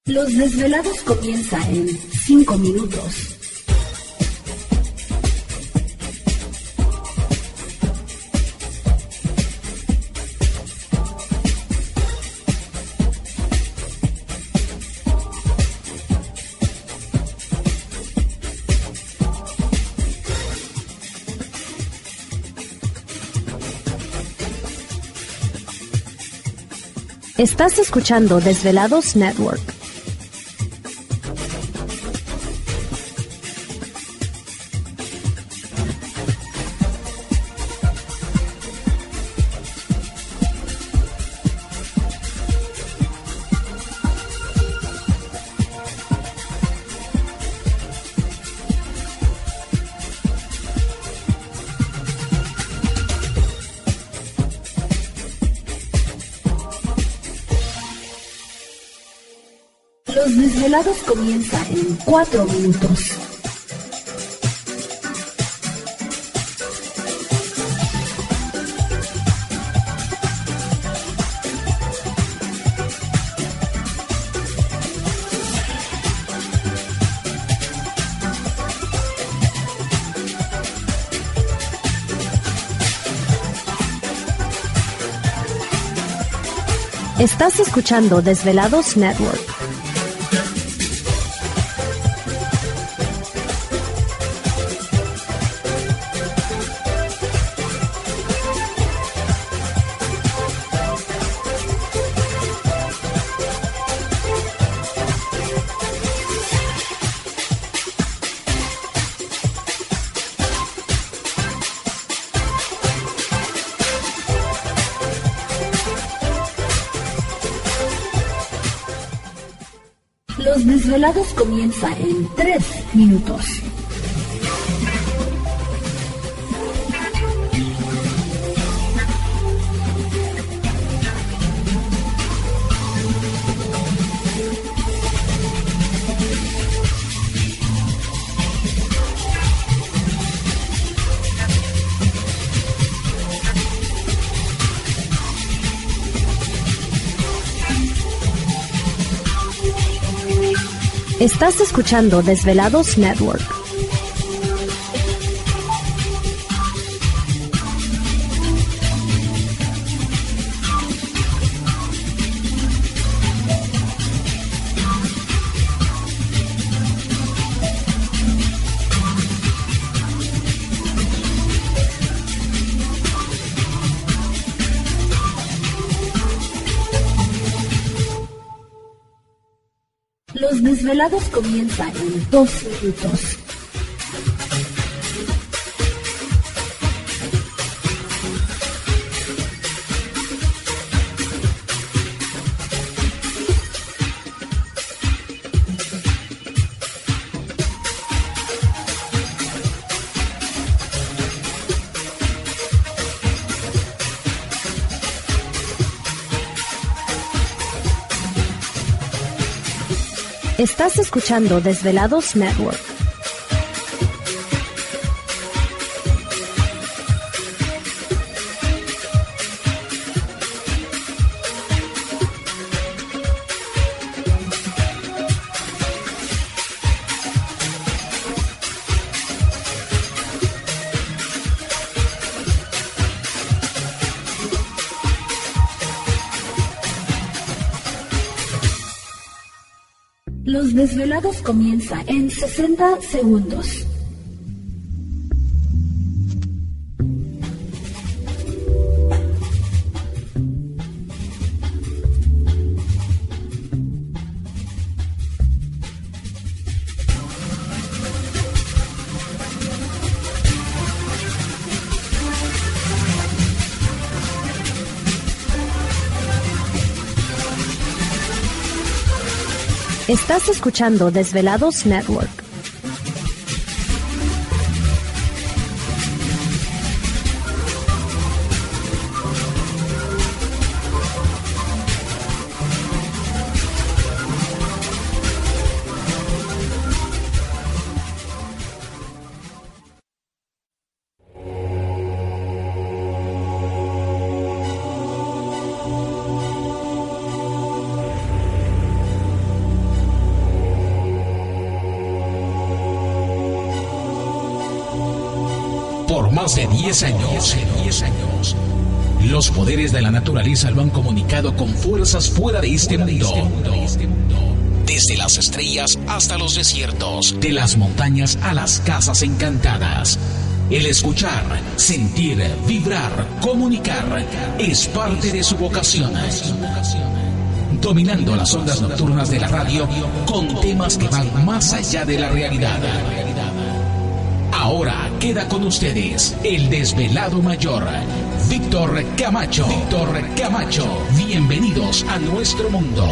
Los Desvelados comienza en 5 minutos. Estás escuchando Desvelados Network. Los Desvelados comienza en 4 minutos. Estás escuchando Desvelados Network. Los Desvelados comienza en 3 minutos. Estás escuchando Desvelados Network. Los Desvelados comienza en 2 minutos. Estás escuchando Desvelados Network. Los Desvelados comienza en 60 segundos. Estás escuchando Desvelados Network. por más de 10 años. Los poderes de la naturaleza lo han comunicado con fuerzas fuera de este mundo. Desde las estrellas hasta los desiertos, de las montañas a las casas encantadas. El escuchar, sentir, vibrar, comunicar es parte de su vocación. Dominando las ondas nocturnas de la radio con temas que van más allá de la realidad. Ahora queda con ustedes el desvelado mayor, Víctor Camacho. Bienvenidos a nuestro mundo.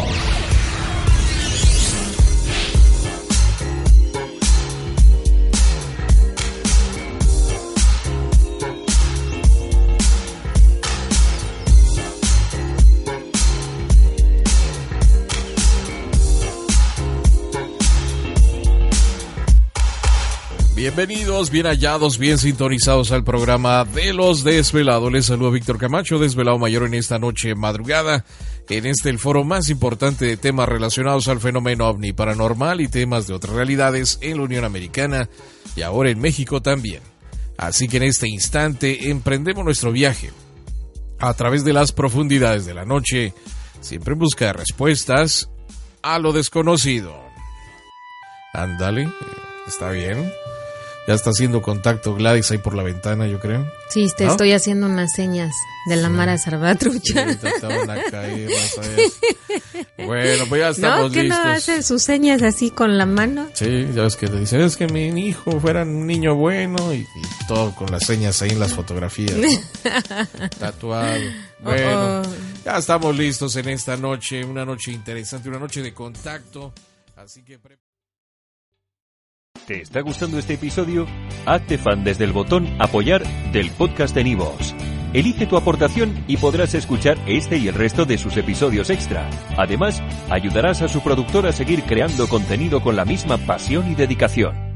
Bienvenidos, bien hallados, bien sintonizados al programa de Los Desvelados. Les saluda Víctor Camacho, desvelado mayor en esta noche madrugada, en el foro más importante de temas relacionados al fenómeno ovni paranormal y temas de otras realidades en la Unión Americana y ahora en México también. Así que en este instante emprendemos nuestro viaje a través de las profundidades de la noche, siempre en busca de respuestas a lo desconocido. Ándale, está bien. Ya está haciendo contacto Gladys ahí por la ventana, yo creo. Sí, te estoy haciendo unas señas de la Mara Salvatrucha. Sí, trataban a caer, bueno, pues ya estamos listos. ¿No hace sus señas así con la mano? Sí, ya ves que le dicen, es que mi hijo fuera un niño bueno y todo con las señas ahí en las fotografías, ¿no? Tatuado. Bueno, ya estamos listos en esta noche, una noche interesante, una noche de contacto, así que... ¿Te está gustando este episodio? Hazte fan desde el botón Apoyar del podcast de Nivos. Elige tu aportación y podrás escuchar este y el resto de sus episodios extra. Además, ayudarás a su productor a seguir creando contenido con la misma pasión y dedicación.